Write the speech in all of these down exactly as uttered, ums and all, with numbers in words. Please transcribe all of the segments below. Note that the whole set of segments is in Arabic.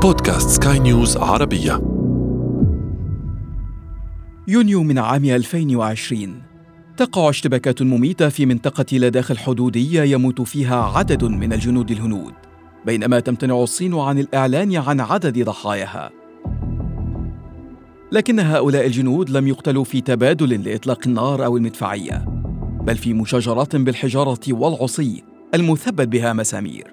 بودكاست سكاي نيوز عربية. يونيو من عام ألفين وعشرين تقع اشتباكات مميتة في منطقة لداخ الحدودية يموت فيها عدد من الجنود الهنود، بينما تمتنع الصين عن الإعلان عن عدد ضحاياها. لكن هؤلاء الجنود لم يقتلوا في تبادل لإطلاق النار أو المدفعية، بل في مشاجرات بالحجارة والعصي المثبت بها مسامير.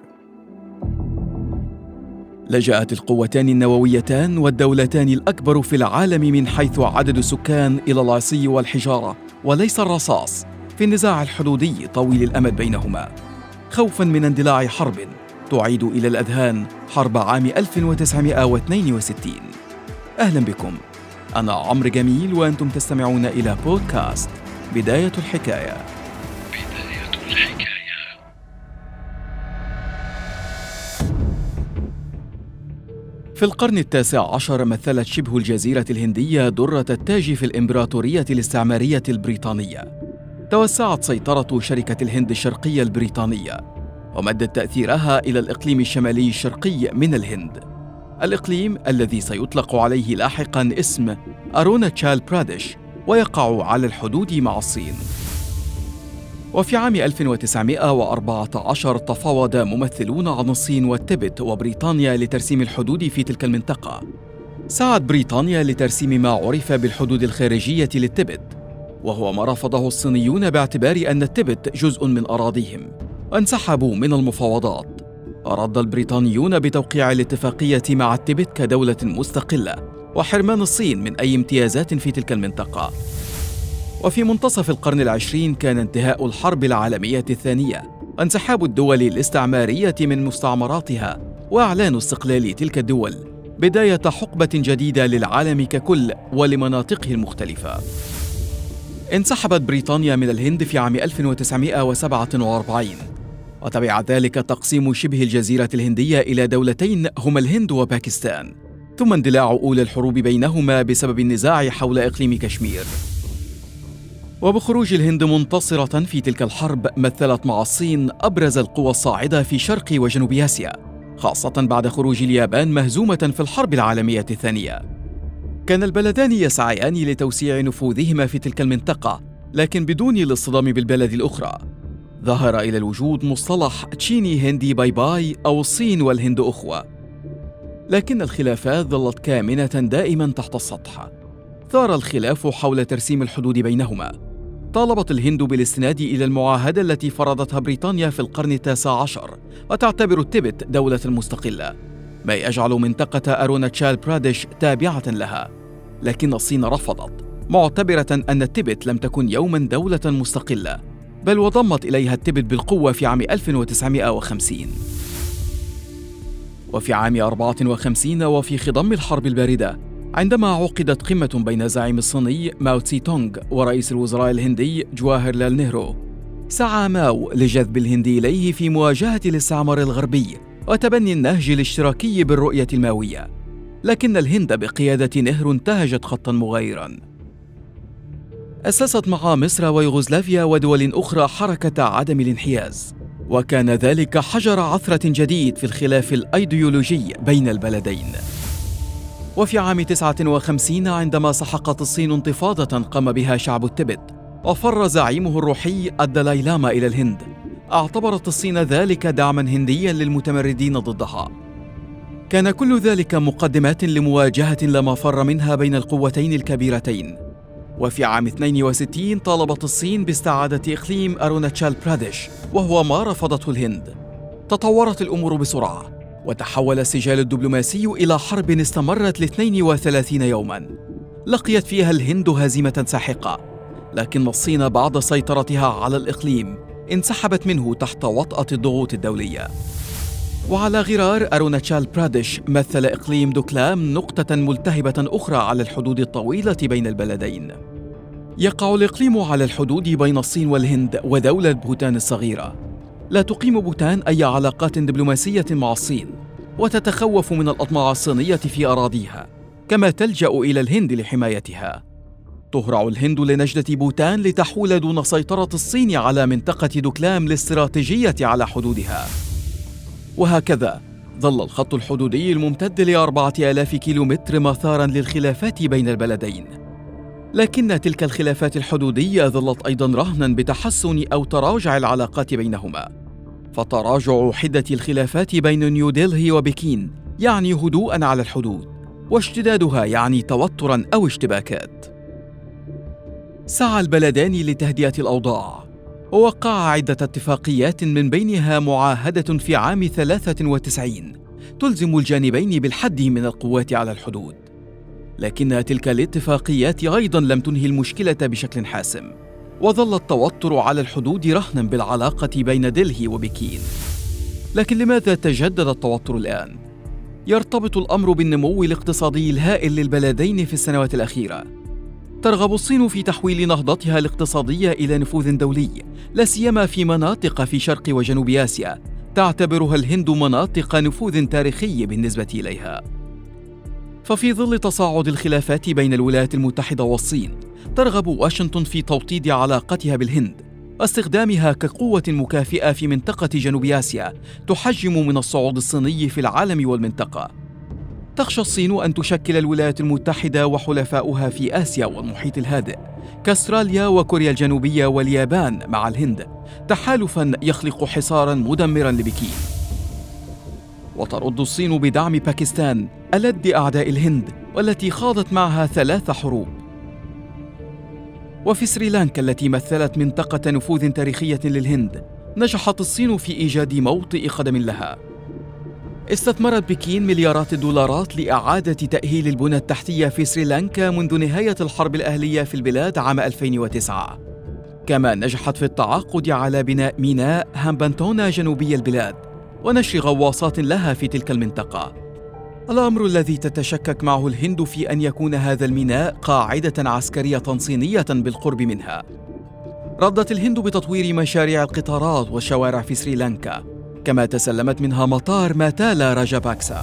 لجأت القوتان النوويتان والدولتان الأكبر في العالم من حيث عدد السكان إلى العصي والحجارة وليس الرصاص في النزاع الحدودي طويل الأمد بينهما، خوفاً من اندلاع حرب تعيد إلى الأذهان حرب عام ألف وتسعمائة واثنين وستين. أهلاً بكم، أنا عمرو جميل وأنتم تستمعون إلى بودكاست بداية الحكاية. بداية الحكاية. في القرن التاسع عشر مثلت شبه الجزيرة الهندية درة التاج في الإمبراطورية الاستعمارية البريطانية. توسعت سيطرة شركة الهند الشرقية البريطانية ومدت تأثيرها إلى الإقليم الشمالي الشرقي من الهند، الإقليم الذي سيطلق عليه لاحقاً اسم أروناتشال براديش ويقع على الحدود مع الصين. وفي عام ألف وتسعمائة وأربعة عشر تفاوض ممثلون عن الصين والتبت وبريطانيا لترسيم الحدود في تلك المنطقة. سعت بريطانيا لترسيم ما عرف بالحدود الخارجية للتبت، وهو ما رفضه الصينيون باعتبار أن التبت جزء من أراضيهم، وانسحبوا من المفاوضات. أراد البريطانيون بتوقيع الاتفاقية مع التبت كدولة مستقلة وحرمان الصين من أي امتيازات في تلك المنطقة. وفي منتصف القرن العشرين كان انتهاء الحرب العالمية الثانية، انسحاب الدول الاستعمارية من مستعمراتها وإعلان استقلال تلك الدول، بداية حقبة جديدة للعالم ككل ولمناطقه المختلفة. انسحبت بريطانيا من الهند في عام ألف وتسعمائة وسبعة وأربعين، وتبع ذلك تقسيم شبه الجزيرة الهندية إلى دولتين هما الهند وباكستان، ثم اندلاع أولى الحروب بينهما بسبب النزاع حول إقليم كشمير. وبخروج الهند منتصرة في تلك الحرب مثلت مع الصين أبرز القوى الصاعدة في شرق وجنوب آسيا، خاصة بعد خروج اليابان مهزومة في الحرب العالمية الثانية. كان البلدان يسعيان لتوسيع نفوذهما في تلك المنطقة، لكن بدون الاصطدام بالبلد الأخرى. ظهر إلى الوجود مصطلح تشيني هندي باي باي أو الصين والهند أخوة، لكن الخلافات ظلت كامنة دائما تحت السطح. ثار الخلاف حول ترسيم الحدود بينهما. طالبت الهند بالاستناد إلى المعاهدة التي فرضتها بريطانيا في القرن التاسع عشر، وتعتبر التبت دولة مستقلة، ما يجعل منطقة أروناتشال براديش تابعة لها. لكن الصين رفضت، معتبرة أن التبت لم تكن يوما دولة مستقلة، بل وضمت إليها التبت بالقوة في عام ألف وتسعمائة وخمسين. وفي عام أربعة وخمسين وفي خضم الحرب الباردة، عندما عقدت قمة بين الزعيم الصيني ماو تسي تونغ ورئيس الوزراء الهندي جواهر لال نهرو، سعى ماو لجذب الهند إليه في مواجهة الاستعمار الغربي وتبني النهج الاشتراكي بالرؤية الماوية. لكن الهند بقيادة نهرو انتهجت خطاً مغايراً. أسست مع مصر ويوغوسلافيا ودول أخرى حركة عدم الانحياز، وكان ذلك حجر عثرة جديد في الخلاف الأيديولوجي بين البلدين. وفي عام تسعة وخمسين عندما سحقت الصين انتفاضة قام بها شعب التبت وفر زعيمه الروحي الدلاي لاما إلى الهند، اعتبرت الصين ذلك دعما هنديا للمتمردين ضدها. كان كل ذلك مقدمات لمواجهة لا مفر منها بين القوتين الكبيرتين. وفي عام اثنين وستين طالبت الصين باستعادة إقليم أروناتشال براديش، وهو ما رفضته الهند. تطورت الأمور بسرعة، وتحول السجال الدبلوماسي إلى حرب استمرت لاثنين وثلاثين يوماً، لقيت فيها الهند هزيمة ساحقة. لكن الصين بعد سيطرتها على الإقليم انسحبت منه تحت وطأة الضغوط الدولية. وعلى غرار أروناتشال براديش مثل إقليم دوكلام نقطة ملتهبة أخرى على الحدود الطويلة بين البلدين. يقع الإقليم على الحدود بين الصين والهند ودولة بوتان الصغيرة. لا تقيم بوتان أي علاقات دبلوماسية مع الصين، وتتخوف من الأطماع الصينية في أراضيها، كما تلجأ إلى الهند لحمايتها. تهرع الهند لنجدة بوتان لتحول دون سيطرة الصين على منطقة دوكلام الاستراتيجية على حدودها. وهكذا ظل الخط الحدودي الممتد لأربعة آلاف كيلومتر مثاراً للخلافات بين البلدين، لكن تلك الخلافات الحدودية ظلت أيضاً رهناً بتحسن أو تراجع العلاقات بينهما. فتراجع حدة الخلافات بين نيودلهي وبكين يعني هدوءاً على الحدود، واشتدادها يعني توتراً أو اشتباكات. سعى البلدان لتهدئة الأوضاع، ووقعا عدة اتفاقيات من بينها معاهدة في عام ثلاثة وتسعين تلزم الجانبين بالحد من القوات على الحدود. لكن تلك الاتفاقيات أيضاً لم تنهي المشكلة بشكل حاسم، وظل التوتر على الحدود رهناً بالعلاقة بين دلهي وبكين. لكن لماذا تجدد التوتر الآن؟ يرتبط الأمر بالنمو الاقتصادي الهائل للبلدين في السنوات الأخيرة. ترغب الصين في تحويل نهضتها الاقتصادية إلى نفوذ دولي، لا سيما في مناطق في شرق وجنوب آسيا تعتبرها الهند مناطق نفوذ تاريخي بالنسبة إليها. ففي ظل تصاعد الخلافات بين الولايات المتحدة والصين، ترغب واشنطن في توطيد علاقتها بالهند واستخدامها كقوة مكافئة في منطقة جنوب آسيا تحجم من الصعود الصيني في العالم والمنطقة. تخشى الصين أن تشكل الولايات المتحدة وحلفاؤها في آسيا والمحيط الهادئ كأستراليا وكوريا الجنوبية واليابان مع الهند تحالفاً يخلق حصاراً مدمراً لبكين. وترد الصين بدعم باكستان ألد أعداء الهند والتي خاضت معها ثلاث حروب. وفي سريلانكا التي مثلت منطقة نفوذ تاريخية للهند، نجحت الصين في إيجاد موطئ قدم لها. استثمرت بكين مليارات الدولارات لإعادة تأهيل البنى التحتية في سريلانكا منذ نهاية الحرب الأهلية في البلاد عام ألفين وتسعة. كما نجحت في التعاقد على بناء ميناء هامبانتونا جنوبي البلاد ونشر غواصات لها في تلك المنطقة، الأمر الذي تتشكك معه الهند في أن يكون هذا الميناء قاعدة عسكرية صينية بالقرب منها. ردت الهند بتطوير مشاريع القطارات والشوارع في سريلانكا، كما تسلمت منها مطار ماتالا راجاباكسا.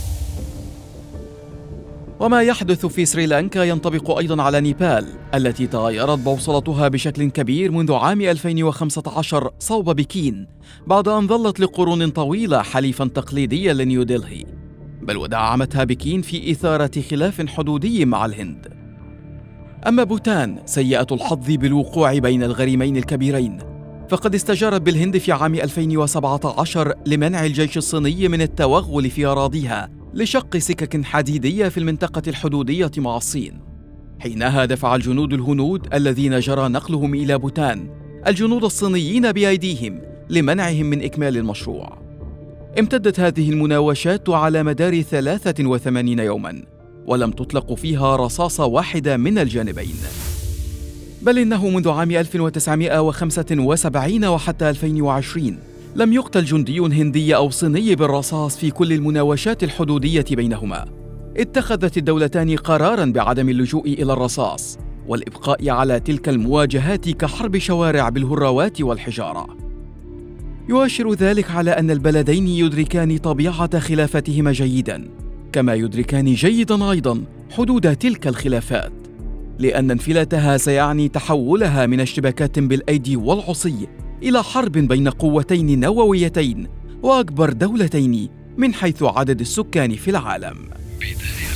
وما يحدث في سريلانكا ينطبق أيضاً على نيبال التي تغيرت بوصلتها بشكل كبير منذ عام ألفين وخمسة عشر صوب بكين، بعد أن ظلت لقرون طويلة حليفاً تقليدياً لنيودلهي، بل ودعمتها بكين في إثارة خلاف حدودي مع الهند. أما بوتان سيئة الحظ بالوقوع بين الغريمين الكبيرين، فقد استجارت بالهند في عام ألفين وسبعة عشر لمنع الجيش الصيني من التوغل في أراضيها لشق سكك حديدية في المنطقة الحدودية مع الصين. حينها دفع الجنود الهنود الذين جرى نقلهم إلى بوتان الجنود الصينيين بأيديهم لمنعهم من إكمال المشروع. امتدت هذه المناوشات على مدار ثلاثة وثمانين يوماً، ولم تطلق فيها رصاصة واحدة من الجانبين. بل إنه منذ عام ألف وتسعمائة وخمسة وسبعين وحتى ألفين وعشرين لم يقتل جندي هندي أو صيني بالرصاص في كل المناوشات الحدودية بينهما. اتخذت الدولتان قراراً بعدم اللجوء إلى الرصاص والإبقاء على تلك المواجهات كحرب شوارع بالهراوات والحجارة. يؤشر ذلك على أن البلدين يدركان طبيعة خلافتهما جيداً، كما يدركان جيداً أيضاً حدود تلك الخلافات، لأن انفلاتها سيعني تحولها من اشتباكات بالأيدي والعصي إلى حرب بين قوتين نوويتين وأكبر دولتين من حيث عدد السكان في العالم.